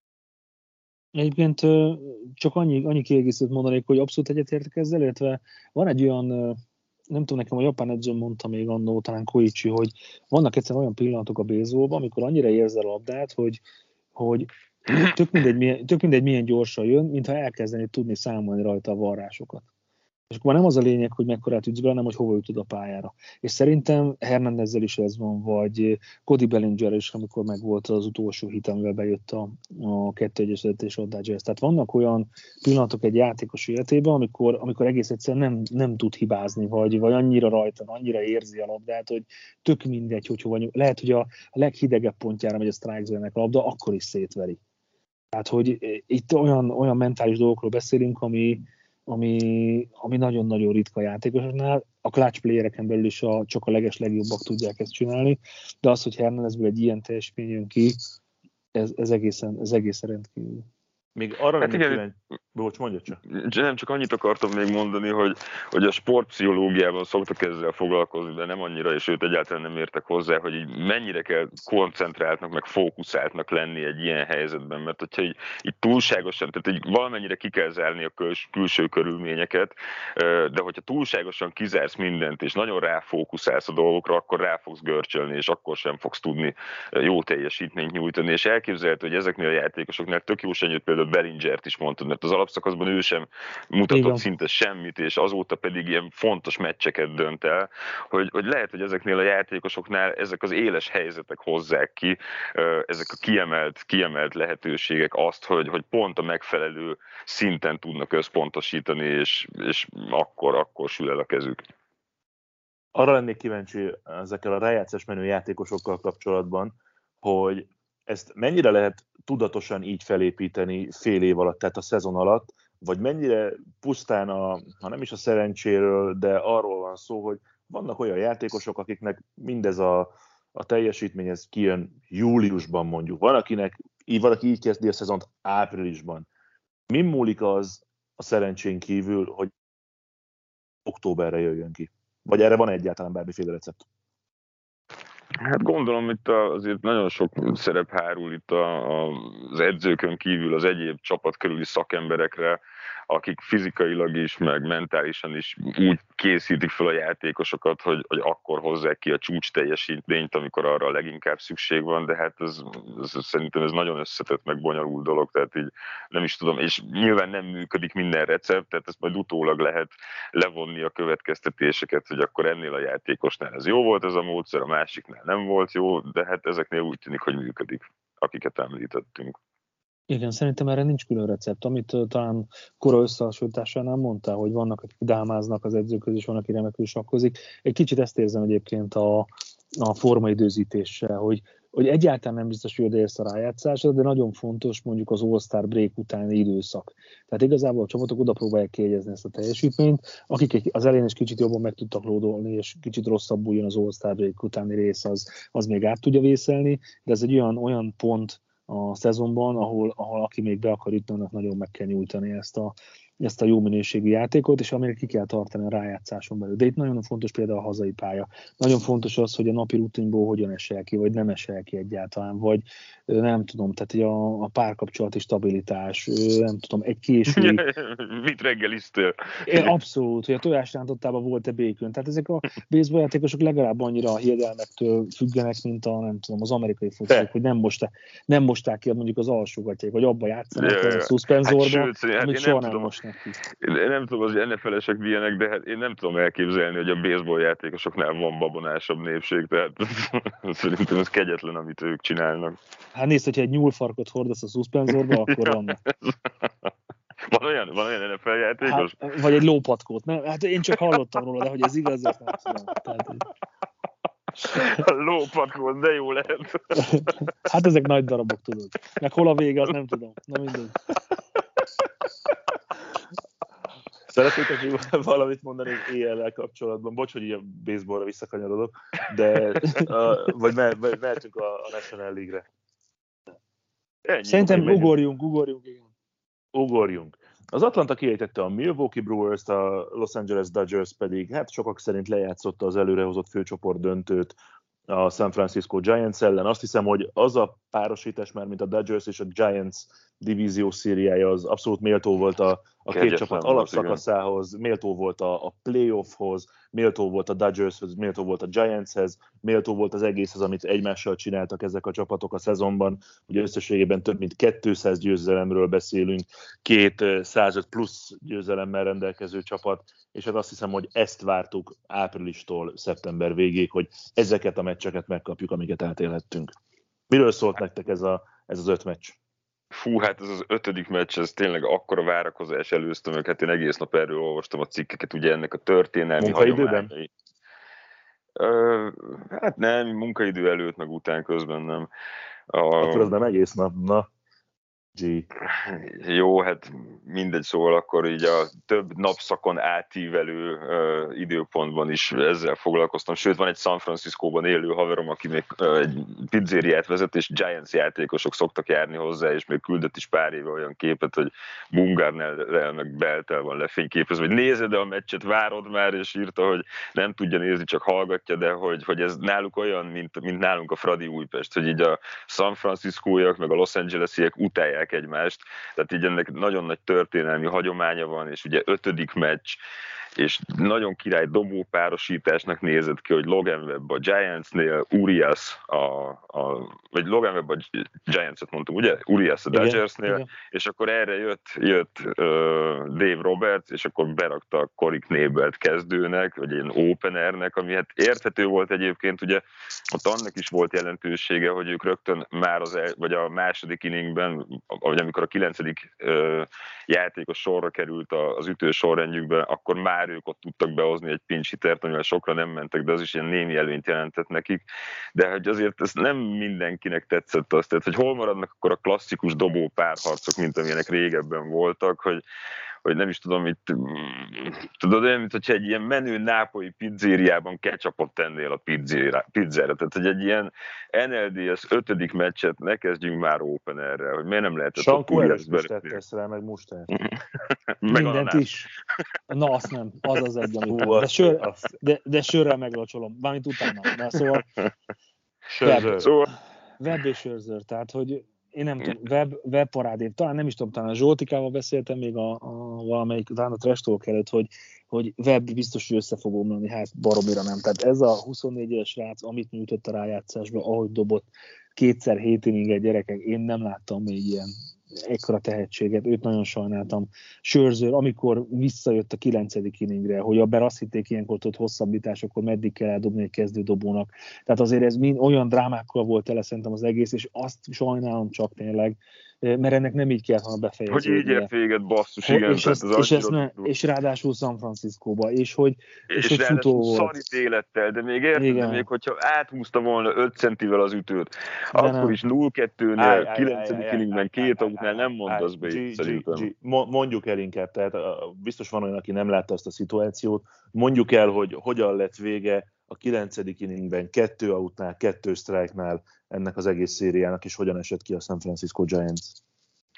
Egyébként csak annyi, annyi kiegészítőt mondanék, hogy abszolút egyetértek ezzel, illetve van egy olyan, nem tudom, nekem a japán edzőm mondta még annó, talán Koichi, hogy vannak egyszerűen olyan pillanatok a baseballban, amikor annyira érzel a labdát, hogy, hogy tök mindegy, milyen, tök mindegy milyen gyorsan jön, mintha elkezdeni tudni számolni rajta a varrásokat. És akkor nem az a lényeg, hogy mekkorát ütsz be, hanem hogy hova ütod a pályára. És szerintem Hernandezzel is ez van, vagy Cody Bellinger is, amikor megvolt az utolsó hit, amivel bejött a, a kettő egyes vezetés a Dodgers. Tehát vannak olyan pillanatok egy játékos életében, amikor, amikor egész egyszerűen nem, nem tud hibázni, vagy, vagy annyira rajta, annyira érzi a labdát, hogy tök mindegy, hogy hova nyúl. Lehet, hogy a, a leghidegebb pontjára megy a strike zone-nek a labda, akkor is szétveri. Tehát, hogy itt olyan, olyan mentális dolgokról beszélünk, ami Ami, ami nagyon-nagyon ritka játékosoknál. A clutch playereken belül is a, csak a leges legjobbak tudják ezt csinálni, de az, hogy Hernandezből egy ilyen teljesítmény jön ki, ez, ez, egészen, ez egészen rendkívül. Még arra hát nem kíváncsi... Bocs, mondja csak. Nem, csak annyit akartam még mondani, hogy, hogy a sportpszichológiában szoktak ezzel foglalkozni, de nem annyira, és őt egyáltalán nem értek hozzá, hogy így mennyire kell koncentráltnak, meg fókuszáltnak lenni egy ilyen helyzetben, mert hogyha így, így túlságosan, tehát így valamennyire ki kell zárni a küls, külső körülményeket, de hogyha túlságosan kizársz mindent, és nagyon ráfókuszálsz a dolgokra, akkor rá fogsz görcsölni, és akkor sem fogsz tudni jó teljesítményt nyújtani, és elképzelhető, hogy ezeknél a játékosoknál tök jó senyőt, például Bellingert is mondtad, mert az alapszakaszban ő sem mutatott Igen. szinte semmit, és azóta pedig ilyen fontos meccseket dönt el, hogy, hogy lehet, hogy ezeknél a játékosoknál ezek az éles helyzetek hozzák ki, ezek a kiemelt, kiemelt lehetőségek azt, hogy, hogy pont a megfelelő szinten tudnak összpontosítani, és, és akkor, akkor sül el a kezük. Arra lennék kíváncsi ezekkel a rájátszás menő játékosokkal kapcsolatban, hogy ezt mennyire lehet tudatosan így felépíteni fél év alatt, tehát a szezon alatt, vagy mennyire pusztán, a, ha nem is a szerencséről, de arról van szó, hogy vannak olyan játékosok, akiknek mindez a, a teljesítmény, ez kijön júliusban mondjuk. Van, akinek így, valaki így kezdi a szezont áprilisban. Min múlik az a szerencsén kívül, hogy októberre jöjjön ki? Vagy erre van egyáltalán bármiféle recept? Hát gondolom, itt azért nagyon sok szerep hárul itt az edzőkön kívül az egyéb csapat körüli szakemberekre, akik fizikailag is, meg mentálisan is úgy készítik fel a játékosokat, hogy, hogy akkor hozzák ki a csúcs teljesítményt, amikor arra a leginkább szükség van, de hát ez, ez, szerintem ez nagyon összetett, meg bonyolult dolog, tehát így nem is tudom, és nyilván nem működik minden recept, tehát ezt majd utólag lehet levonni a következtetéseket, hogy akkor ennél a játékosnál ez jó volt ez a módszer, a másiknál nem volt jó, de hát ezeknél úgy tűnik, hogy működik, akiket említettünk. Igen, szerintem erre nincs külön recept, amit uh, talán kora összehasonlításánál mondtál, hogy vannak, akik dámáznak az edzők között, és van, aki remekül sakkozik. Egy kicsit ezt érzem egyébként a, a formaidőzítéssel, hogy, hogy egyáltalán nem biztos, hogy odaérsz a rájátszásra, de nagyon fontos mondjuk az All-Star break utáni időszak. Tehát igazából a csapatok oda próbálják kiegyezni ezt a teljesítményt, akik az elején is kicsit jobban meg tudtak lódolni, és kicsit rosszabbul jön az All-Star break utáni rész, az, az még át tudja vészelni, de ez egy olyan, olyan pont a szezonban, ahol, ahol aki még be akar ütni, annak nagyon meg kell nyújtani ezt a, ezt a jó minőségű játékot, és amire ki kell tartani a rájátszáson belül. De itt nagyon fontos például a hazai pálya. Nagyon fontos az, hogy a napi rutinból hogyan esel ki, vagy nem esel ki egyáltalán, vagy nem tudom, tehát hogy a, a párkapcsolati stabilitás, nem tudom, egy késői... Mit reggeliztél? Abszolút, hogy a tojásrántottában volt-e békön. Tehát ezek a baseball játékosok legalább annyira a hiedelmektől függenek, mint a, nem tudom, az amerikai focizók, hogy nem mosták, nem mosták ki mondjuk az alsógatják, vagy abba játszanak ja, a szuszpenzorba, hát, sőt, amit hát soha nem, nem mosnak ki. Én nem tudom, az en ef el-esek milyenek, de hát én nem tudom elképzelni, hogy a baseball játékosoknál van babonásabb népség, tehát szerintem ez kegyetlen, amit ők csinálnak. Hát nézd, hogyha egy nyúlfarkot hordasz a szuszpenzorba, akkor vannak. Van olyan, van olyan en ef el játékos? Hát, vagy egy lópatkót, nem? Hát én csak hallottam róla, de hogy ez igaz, ezt nem tudom. Tehát, hogy... A lópatkót, de jó lehet. Hát ezek nagy darabok, tudod. Meg hol a vége, azt nem tudom. Na mindegy. Szeretnétek valamit mondani az é el-el kapcsolatban? Bocs, hogy ilyen baseballra visszakanyarodok, de uh, vagy mehetünk a, a National League-re. Ennyi, Szerintem ugorjunk, ugorjunk, igen. Ugorjunk. Az Atlanta kiejtette a Milwaukee Brewers-t, a Los Angeles Dodgers pedig, hát sokak szerint lejátszotta az előrehozott főcsoport döntőt a San Francisco Giants ellen. Azt hiszem, hogy az a párosítás már, mint a Dodgers és a Giants divízió szériája, az abszolút méltó volt a, a két csapat alapszakaszához, méltó volt a, a playoffhoz, méltó volt a Dodgershez, méltó volt a Giantshez, méltó volt az egészhez, amit egymással csináltak ezek a csapatok a szezonban. Ugye összességében több mint kétszáz győzelemről beszélünk, két százöt plusz győzelemmel rendelkező csapat, és hát azt hiszem, hogy ezt vártuk áprilistól szeptember végéig, hogy ezeket a meccseket megkapjuk, amiket átélhettünk. Miről szólt nektek ez, a, ez az öt meccs? Fú, hát ez az ötödik meccs, ez tényleg akkora várakozás előztem őket, én egész nap erről olvastam a cikkeket, ugye ennek a történelmi hagyományai. Ö, hát nem, munkaidő előtt, meg után közben nem. A... Akkor az nem egész nap, na. G. Jó, hát mindegy, szóval akkor így a több napszakon átívelő uh, időpontban is ezzel foglalkoztam. Sőt, van egy San Franciscóban élő haverom, aki még uh, egy pizzériát vezet, és Giants játékosok szoktak járni hozzá, és még küldött is pár éve olyan képet, hogy Bumgarnerrel meg Beltel van lefényképezve, hogy nézed a meccset, várod már, és írta, hogy nem tudja nézni, csak hallgatja, de hogy, hogy ez náluk olyan, mint, mint nálunk a Fradi Újpest, hogy így a San Franciscóiak meg a Los Angelesiek utálják egymást, tehát így ennek nagyon nagy történelmi hagyománya van, és ugye ötödik meccs, és nagyon király dobópárosításnak nézett ki, hogy Logan Webb a Giantsnél, Urias a, a vagy Logan Webb a Giantset mondtam, ugye? Urias a Dodgersnél, igen, és akkor erre jött, jött uh, Dave Roberts, és akkor berakta Corey Knebelt kezdőnek, vagy ilyen openernek, ami hát érthető volt egyébként, ugye ott annak is volt jelentősége, hogy ők rögtön már az, el, vagy a második inningben, vagy amikor a kilencedik uh, játékos sorra került az ütő sorrendjükben, akkor már ők ott tudtak behozni egy pinch hittert, amivel sokra nem mentek, de az is ilyen némi előnyt jelentett nekik. De hogy azért ez nem mindenkinek tetszett azt, tehát, hogy hol maradnak akkor a klasszikus dobó párharcok, mint amilyenek régebben voltak, hogy, hogy nem is tudom, itt, tudod, olyan, mint hogyha egy ilyen menő nápolyi pizzériában ketchupot tennél a pizzára, pizzára. Tehát, hogy egy ilyen en el dé es ötödik meccset ne kezdjünk már openerre, hogy miért nem lehetett Sankó előtt is tettesz rá, meg mustát. Mindent is. Na, azt nem. Az az egy, amit nem. De, sör, de, de sörrel meglocsolom. Bármint utána. Na, szóval... Webb, szóval... Webb és Scherzer, tehát, hogy én nem tudom, web, web parádét, talán nem is tudom, talán a Zsoltikával beszéltem még a, a valamelyik, talán a Trash Talk előtt, hogy, hogy Webb biztos, hogy össze fog omlani, hát baromira nem. Tehát ez a huszonnégy éves srác, amit nyújtott a rájátszásba, ahogy dobott kétszer hét inninget, gyerekek, én nem láttam még ilyen ekkora tehetséget, őt nagyon sajnáltam. Scherzer, amikor visszajött a kilencedik inningre, hogy abban azt hitték ilyenkor tudott hosszabbítás, akkor meddig kell eldobni egy kezdődobónak. Tehát azért ez mind olyan drámákkal volt tele szerintem az egész, és azt sajnálom csak tényleg, mert ennek nem így kellett volna befejezni. Hogy így ért véged, basszus, igen. És, ezt, és, ezt ne, és ráadásul San Franciscóba, és hogy, és, és hogy futó volt. Szarit élettel, de még érted, de még hogyha áthúzta volna öt centivel az ütőt, de akkor nem. Is nulla kettőnél, kilencedik inningben, két autnál nem mondasz be így, szerintem. Mondjuk el inkább, tehát biztos van olyan, aki nem látta azt a szituációt, mondjuk el, hogy hogyan lett vége a kilencedik inningben, kettő outnál, kettő strike-nál ennek az egész szériának, és hogyan esett ki a San Francisco Giants.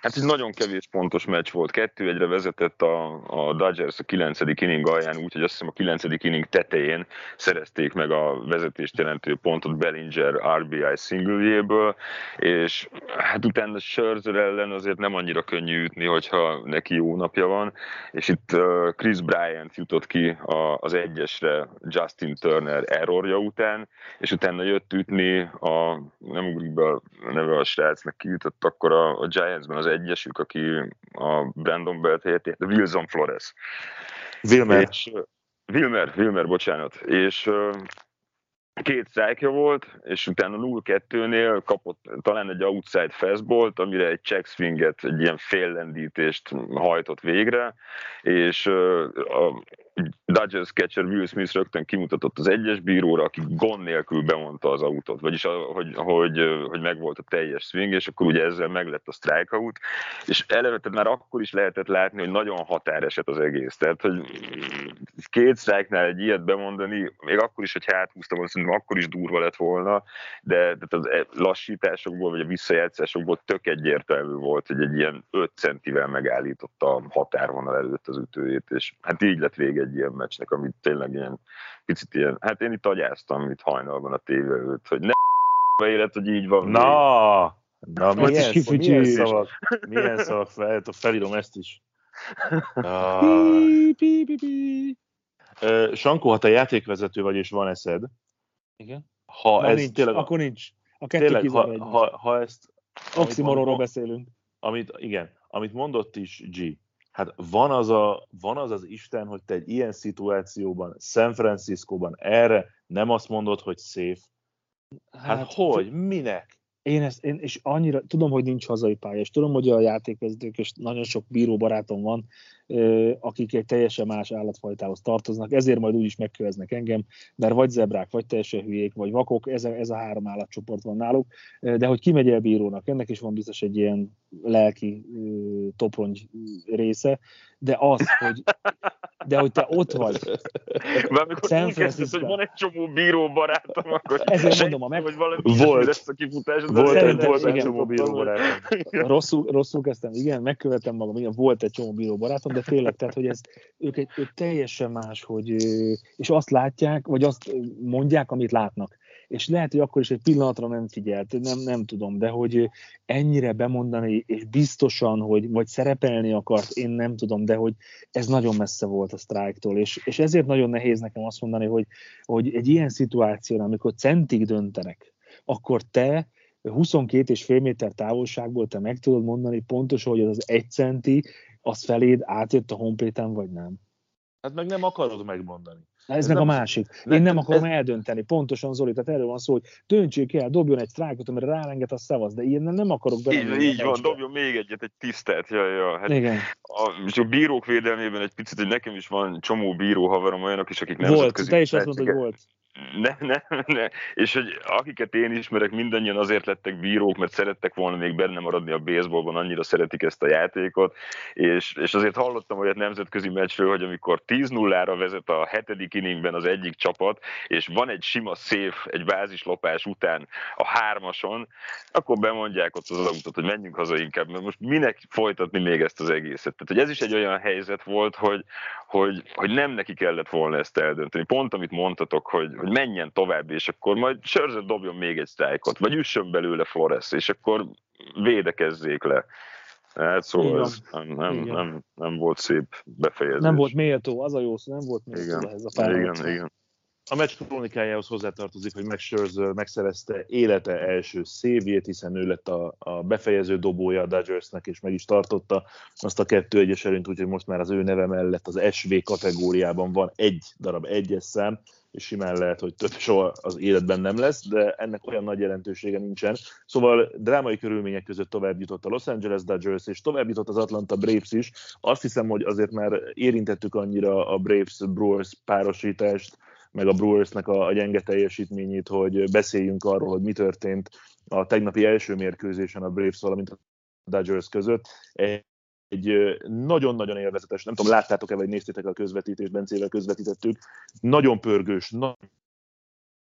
Hát egy nagyon kevés pontos meccs volt. Kettő egyre vezetett a, a Dodgers a kilencedik inning alján, úgyhogy azt hiszem a kilencedik inning tetején szerezték meg a vezetést jelentő pontot Bellinger er bé i single-jéből, és hát utána Scherzer ellen azért nem annyira könnyű ütni, hogyha neki jó napja van, és itt Chris Bryant jutott ki az egyesre Justin Turner errorja után, és utána jött ütni a, nem ugrik be a neve a srácnak, ki ütött akkor a, a Giantsben az egyesük, aki a Brandon Belt helyett, Wilson Flores. Wilmer. És, Wilmer, Wilmer, bocsánat. És két strike-ja volt, és utána nulla kettőnél kapott talán egy outside fastballt, amire egy check swinget, egy ilyen féllendítést hajtott végre, és a Dodgers catcher Will Smith rögtön kimutatott az egyes bíróra, aki gond nélkül bemondta az autót, vagyis a, hogy, hogy, hogy megvolt a teljes swing, és akkor ugye ezzel meglett a strikeout, és eleve már akkor is lehetett látni, hogy nagyon határeset az egész. Tehát, hogy két strike-nál egy ilyet bemondani, még akkor is, hogy háthúzta volna, szerintem akkor is durva lett volna, de, de az lassításokból, vagy a visszajátszásokból tök egyértelmű volt, hogy egy ilyen öt centivel megállította a határvonal előtt az ütőjét, és hát így lett vége egy ilyen meccsnek, amit tényleg ilyen picit ilyen, hát én itt agyáztam itt hajnalban a tévé előtt, hogy ne élet, hogy így van. Na, na milyen, milyen, szavak, milyen szavak, milyen szavak fel, felírom ezt is. Uh, Sankó, ha te játékvezető vagy és van eszed, igen. Ha Na, ez nincs, tényleg, akkor nincs. A kettő tényleg, ha, kizár ha, ha ezt... Oxymoronról beszélünk. Amit, igen, amit mondott is G, hát van az, a, van az az Isten, hogy te egy ilyen szituációban, San Franciscóban erre nem azt mondod, hogy safe. Hát, hát hogy? Minek? Én ezt, én, és annyira, tudom, hogy nincs hazai pálya, és tudom, hogy a játékvezetők, és nagyon sok bíró barátom van, akik egy teljesen más állatfajtához tartoznak, ezért majd úgy is megköveznek engem, mert vagy zebrák, vagy teljesen hülyék, vagy vakok, ez a, ez a három állatcsoport van náluk, de hogy kimegy el bírónak, ennek is van biztos egy ilyen lelki topongy része, de az, hogy de hogy te ott vagy. Mert amikor úgy kezdted, hogy van egy csomó bíró barátom, akkor ezért mondom, a meg... hogy valami volt. lesz a kifutás. Volt, egy, volt egy igen, csomó bíró barátom. Rosszul, rosszul kezdtem, igen, megkövetem magam, igen, volt egy csomó bíró barátom, de tényleg, tehát, hogy ez, ők, egy, ők teljesen más, hogy, és azt látják, vagy azt mondják, amit látnak. És lehet, hogy akkor is egy pillanatra nem figyelt, nem, nem tudom, de hogy ennyire bemondani, és biztosan, hogy vagy szerepelni akart, én nem tudom, de hogy ez nagyon messze volt a sztrájktól, és, és ezért nagyon nehéz nekem azt mondani, hogy, hogy egy ilyen szituáción, amikor centig döntenek, akkor te huszonkét és fél méter távolságból te meg tudod mondani pontosan, hogy az egy centi, az feléd átjött a honpléten, vagy nem. Hát meg nem akarod megmondani. Ez, ez meg nem a másik. Nem, Én nem akarom ez... eldönteni. Pontosan, Zoli, tehát erről van szó, hogy döntsék el, dobjon egy sztrájkot, amire rálenget a szavasz, de ilyen nem akarok bele. Így, így van, dobjon még egyet, egy tisztelt. Ja, ja. Hát igen. A, és a bírók védelmében egy picit, hogy nekem is van csomó bíró haverom olyanok is, akik nem nemzetközi... Volt, te is azt mondtad, hogy volt. Ne, ne, ne. És hogy akiket én ismerek, mindannyian azért lettek bírók, mert szerettek volna még benne maradni a baseballban, annyira szeretik ezt a játékot, és, és azért hallottam olyat nemzetközi meccsről, hogy amikor tíz nullára vezet a hetedik inningben az egyik csapat, és van egy sima safe, egy bázislopás után a hármason, akkor bemondják ott az autót, hogy menjünk haza inkább, mert most minek folytatni még ezt az egészet. Tehát, hogy ez is egy olyan helyzet volt, hogy, hogy, hogy nem neki kellett volna ezt eldönteni. Pont amit mondtatok, hogy hogy menjen tovább, és akkor majd Scherzer dobjon még egy sztrájkot, vagy üssön belőle Flores, és akkor védekezzék le. Hát szóval ez nem, nem, nem, nem volt szép befejezés. Nem volt méltó, az a jó szó, nem volt méltó igen. ez a pályát. Igen, igen. A meccs krónikájához hozzátartozik, hogy Max Scherzer megszerezte élete első szévjét, hiszen ő lett a, a befejező dobója a Dodgersnek, és meg is tartotta azt a kettő egyes előnyt, úgyhogy most már az ő neve mellett az es vé kategóriában van egy darab egyes szám, és simán lehet, hogy több soha az életben nem lesz, de ennek olyan nagy jelentősége nincsen. Szóval drámai körülmények között tovább jutott a Los Angeles Dodgers, és tovább jutott az Atlanta Braves is. Azt hiszem, hogy azért már érintettük annyira a Braves-Brewers párosítást, meg a Brewersnek a, a gyenge teljesítményét, hogy beszéljünk arról, hogy mi történt a tegnapi első mérkőzésen a Braves, valamint a Dodgers között. Egy, egy nagyon-nagyon élvezetes, nem tudom, láttátok-e, vagy néztétek a közvetítést, Bencével közvetítettük, nagyon pörgős, nagyon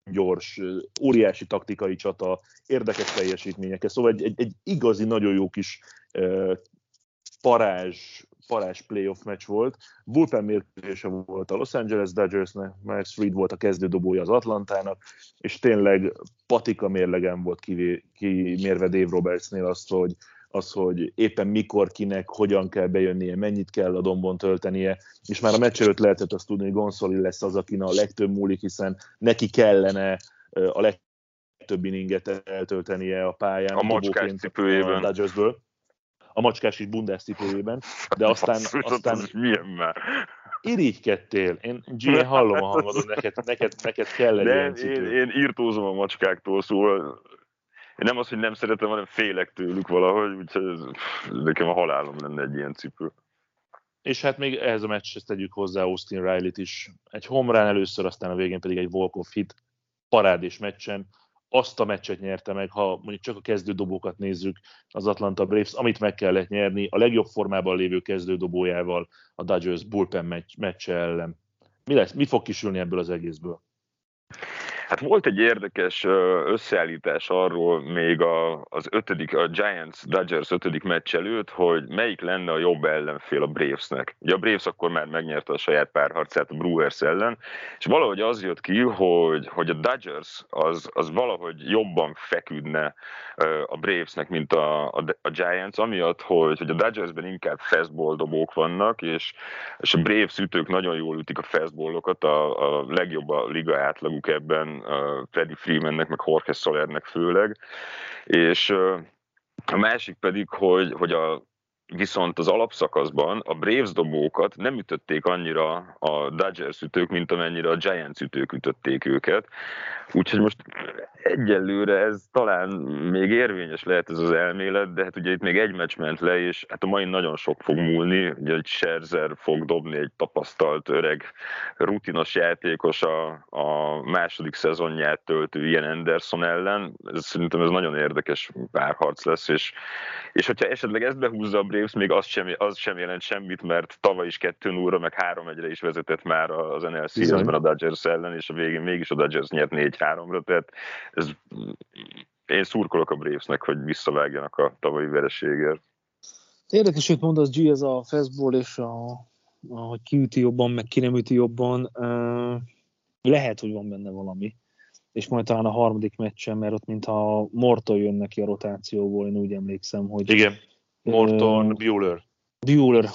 gyors, óriási taktikai csata, érdekes teljesítményekkel. Szóval egy, egy, egy igazi, nagyon jó kis uh, parázs, parázs playoff meccs volt. Bullpen mérkőzése volt a Los Angeles Dodgersnek, Max Fried volt a kezdődobója az Atlantának, és tényleg patika mérlegen volt kimérve Dave Robertsnél azt, hogy az, hogy éppen mikor, kinek, hogyan kell bejönnie, mennyit kell a dombon töltenie, és már a meccs előtt lehetett azt tudni, hogy Gonsolin lesz az, akin a legtöbb múlik, hiszen neki kellene a legtöbb inninget eltöltenie a pályán. A macskás cipőjében. A Dodgersből. A macskás is Bundes cipőjében, de aztán... Basszus, aztán milyen már? Irigykedtél. Én G, hallom a hangodon, neked, neked, neked kell egy ilyen cipő. Én, én írtózom a macskáktól, szóval én nem az, hogy nem szeretem, hanem félek tőlük valahogy, úgyhogy ez, nekem a halálom lenne egy ilyen cipő. És hát még ehhez a meccshez tegyük hozzá Austin Riley-t is. Egy homrán először, aztán a végén pedig egy walk-off hit parádés meccsen. Azt a meccset nyerte meg, ha mondjuk csak a kezdődobókat nézzük, az Atlanta Braves, amit meg kellett nyerni, a legjobb formában lévő kezdődobójával a Dodgers bullpen meccs, meccse ellen. Mi lesz? Mi fog kisülni ebből az egészből? Hát volt egy érdekes összeállítás arról még a, az ötödik, a Giants-Dodgers ötödik meccs előtt, hogy melyik lenne a jobb ellenfél a Bravesnek. Ugye a Braves akkor már megnyerte a saját párharcát a Brewers ellen, és valahogy az jött ki, hogy, hogy a Dodgers az, az valahogy jobban feküdne a Bravesnek, mint a, a, a Giants, amiatt, hogy, hogy a Dodgersben inkább fastball dobók vannak, és, és a Braves ütők nagyon jól ütik a fastballokat, a, a legjobb a liga átlaguk ebben, Freddie Freemannek, meg Jorge Solernek főleg, és a másik pedig, hogy, hogy a, viszont az alapszakaszban a Braves dobókat nem ütötték annyira a Dodgers ütők, mint amennyire a Giants ütők ütötték őket, úgyhogy most egyelőre ez talán még érvényes lehet ez az elmélet, de hát ugye itt még egy meccs ment le, és hát a mai nagyon sok fog múlni, ugye egy Scherzer fog dobni egy tapasztalt, öreg, rutinos játékos a, a második szezonját töltő Ian Anderson ellen, ez, szerintem ez nagyon érdekes párharc lesz, és, és hogyha esetleg ezt behúzza a Braves, még az sem, az sem jelent semmit, mert tavaly is kettő nulla, meg három egyre is vezetett már az en el cé es-ben a Dodgers ellen, és a végén mégis a Dodgers nyert négy háromra, tehát ez, én szurkolok a Bravesnek, hogy visszavágjanak a tavalyi vereségért. Érdekes, hogy mondasz, G, ez a fastball és a, a hogy ki üti jobban, meg ki nem üti jobban. Uh, lehet, hogy van benne valami. És majd talán a harmadik meccsen, mert ott mintha Morton jön neki a rotációból, én úgy emlékszem, hogy... Igen, Morton, uh, Buehler. Buehler.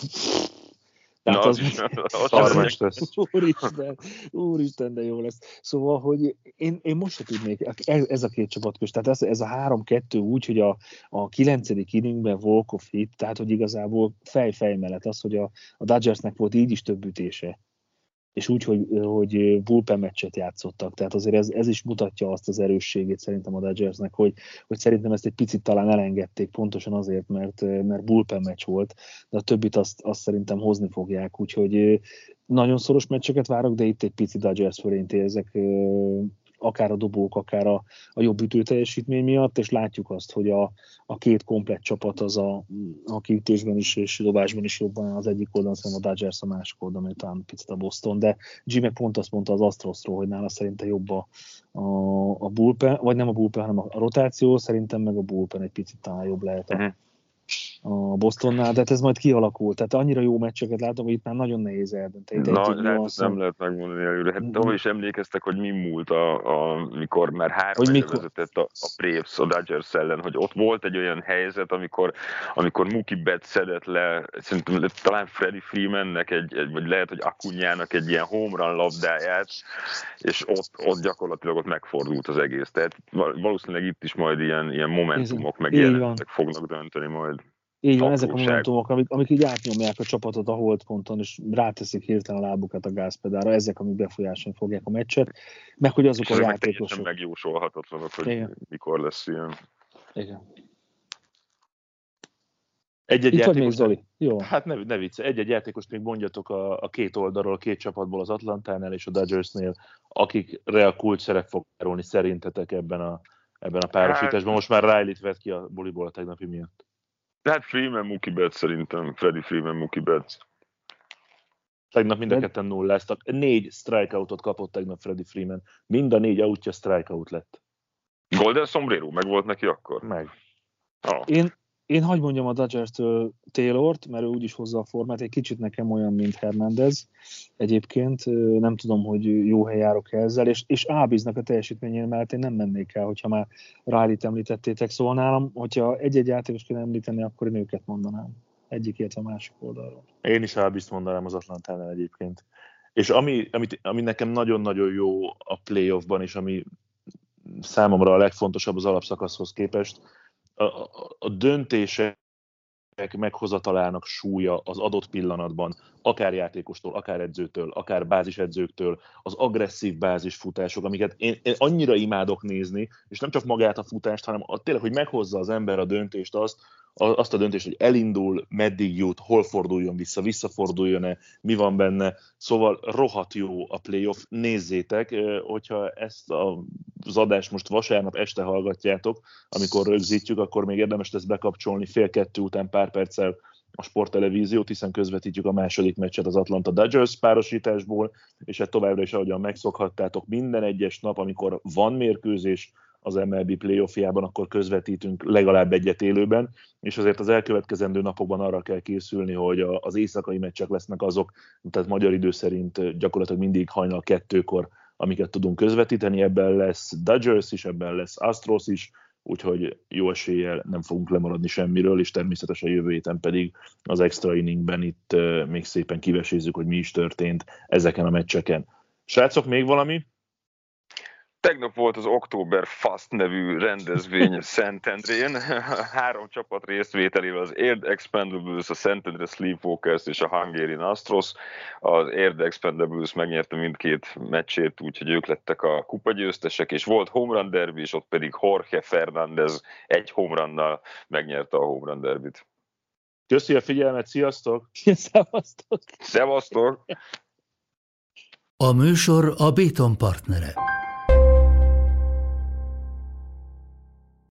Tehát Na, az, az, az, az lesz. Úristen, úristen, de jó lesz. Szóval, hogy én, én most se tudnék, ez a két csapat közt, tehát ez, ez a három-kettő úgy, hogy a, a kilencedik inningben walk-off hit, tehát hogy igazából fej-fej mellett az, hogy a, a Dodgersnek volt így is több ütése, és úgy, hogy, hogy bullpen meccset játszottak. Tehát azért ez, ez is mutatja azt az erősségét szerintem a Dodgersnek, hogy, hogy szerintem ezt egy picit talán elengedték pontosan azért, mert, mert bullpen meccs volt, de a többit azt, azt szerintem hozni fogják. Úgyhogy nagyon szoros meccseket várok, de itt egy pici Dodgers fölényt érzek, akár a dobók, akár a, a jobb ütőteljesítmény miatt, és látjuk azt, hogy a, a két komplett csapat az a, a kiütésben is és dobásban is jobban az egyik oldalon, szerintem a Dodgers a másik oldalon, mert talán picit a Boston, de Jimmy pont azt mondta az Astrosról, hogy nála szerintem jobb a, a, a bullpen, vagy nem a bullpen, hanem a, a rotáció, szerintem meg a bullpen egy picit talán jobb lehet a, uh-huh. a Bostonnál, de hát ez majd kialakult. Tehát annyira jó meccseket látom, hogy itt már nagyon nehéz eldönteni. Na, hát ezt nem lehet megmondani előre. Hát tavaly is emlékeztek, hogy mi múlt, a, a, mikor már három egyre vezetett a, a Braves a Dodgers ellen, hogy ott volt egy olyan helyzet, amikor, amikor Mookie Betts szedett le, szerintem talán Freddie Freemannek, egy, egy, vagy lehet, hogy Acuñának egy ilyen home run labdáját, és ott, ott gyakorlatilag ott megfordult az egész. Tehát valószínűleg itt is majd ilyen, ilyen momentumok meg jelenetek fognak dönteni majd. Így van, ezek a momentumok, amik, amik így átnyomják a csapatot a holdponton, és ráteszik hirtelen a lábukat a gázpedára, ezek, amik befolyásolni fogják a meccset, meg hogy azok és a játékosok. És megjósolhatatlanok, hogy igen. Mikor lesz ilyen. Igen. Egy-egy Itt játékos, vagy még, Zoli? Jó. Hát ne, ne vicce, egy-egy játékost még mondjatok a, a két oldalról, a két csapatból, az Atlantánál és a Dodgersnél, akikre a kulcs szerep fog járulni szerintetek ebben a, ebben a párosításban. Most már Riley-t vett ki a buliból a tegnapi miatt. Hát Freeman, Mookie Betts szerintem, Freddie Freeman, Mookie Betts. Tegnap mind a ketten nulláztak. Négy strikeoutot kapott tegnap Freddie Freeman. Mind a négy outja strikeout lett. Golden Sombrero meg volt neki akkor? Meg. Oh. Én, én hagy mondjam a Dodgers-től Taylort, mert ő úgyis hozza a formát, egy kicsit nekem olyan, mint Hernández. Egyébként nem tudom, hogy jó hely járok ezzel, és, és Ábiznak a teljesítményén mellett én nem mennék el, hogyha már Riley-t említettétek. Szóval nálam, hogyha egy-egy játékos kéne említeni, akkor én őket mondanám. Egyikért a másik oldalról. Én is Ábizt mondanám az Atlantánál egyébként. És ami, amit, ami nekem nagyon-nagyon jó a playoffban, és ami számomra a legfontosabb az alapszakaszhoz képest, a, a, a döntések meghozatalának súlya az adott pillanatban, akár játékostól, akár edzőtől, akár bázisedzőktől, az agresszív bázisfutások, amiket én, én annyira imádok nézni, és nem csak magát a futást, hanem a, tényleg, hogy meghozza az ember a döntést, azt, azt a döntést, hogy elindul, meddig jut, hol forduljon vissza, visszaforduljon-e, mi van benne. Szóval rohadt jó a playoff, nézzétek, hogyha ezt az adást most vasárnap este hallgatjátok, amikor rögzítjük, akkor még érdemes lesz bekapcsolni fél kettő után pár perccel a sporttelevíziót, hiszen közvetítjük a második meccset az Atlanta Dodgers párosításból, és hát továbbra is, ahogyan megszokhattátok, minden egyes nap, amikor van mérkőzés az em el bé playoffjában, akkor közvetítünk legalább egyet élőben, és azért az elkövetkezendő napokban arra kell készülni, hogy az éjszakai meccsek lesznek azok, tehát magyar idő szerint gyakorlatilag mindig hajnal kettőkor, amiket tudunk közvetíteni, ebben lesz Dodgers is, ebben lesz Astros is, úgyhogy jó eséllyel nem fogunk lemaradni semmiről, és természetesen a jövő héten pedig az extra inningben itt még szépen kivesézzük, hogy mi is történt ezeken a meccseken. Srácok, még valami? Tegnap volt az Oktoberfest nevű rendezvény Szentendrén. Három csapat részvételével az Air Expendables, a Szentendre Sleepwalkers és a Hungarian Astros. Az Air Expendables megnyerte mindkét meccsét, úgyhogy ők lettek a kupagyőztesek, és volt home run derby, és ott pedig Jorge Fernández egy home runnal megnyerte a home run derbyt. Köszi a figyelmet, sziasztok! Szevasztok! Szevasztok! A műsor a Béton partnere.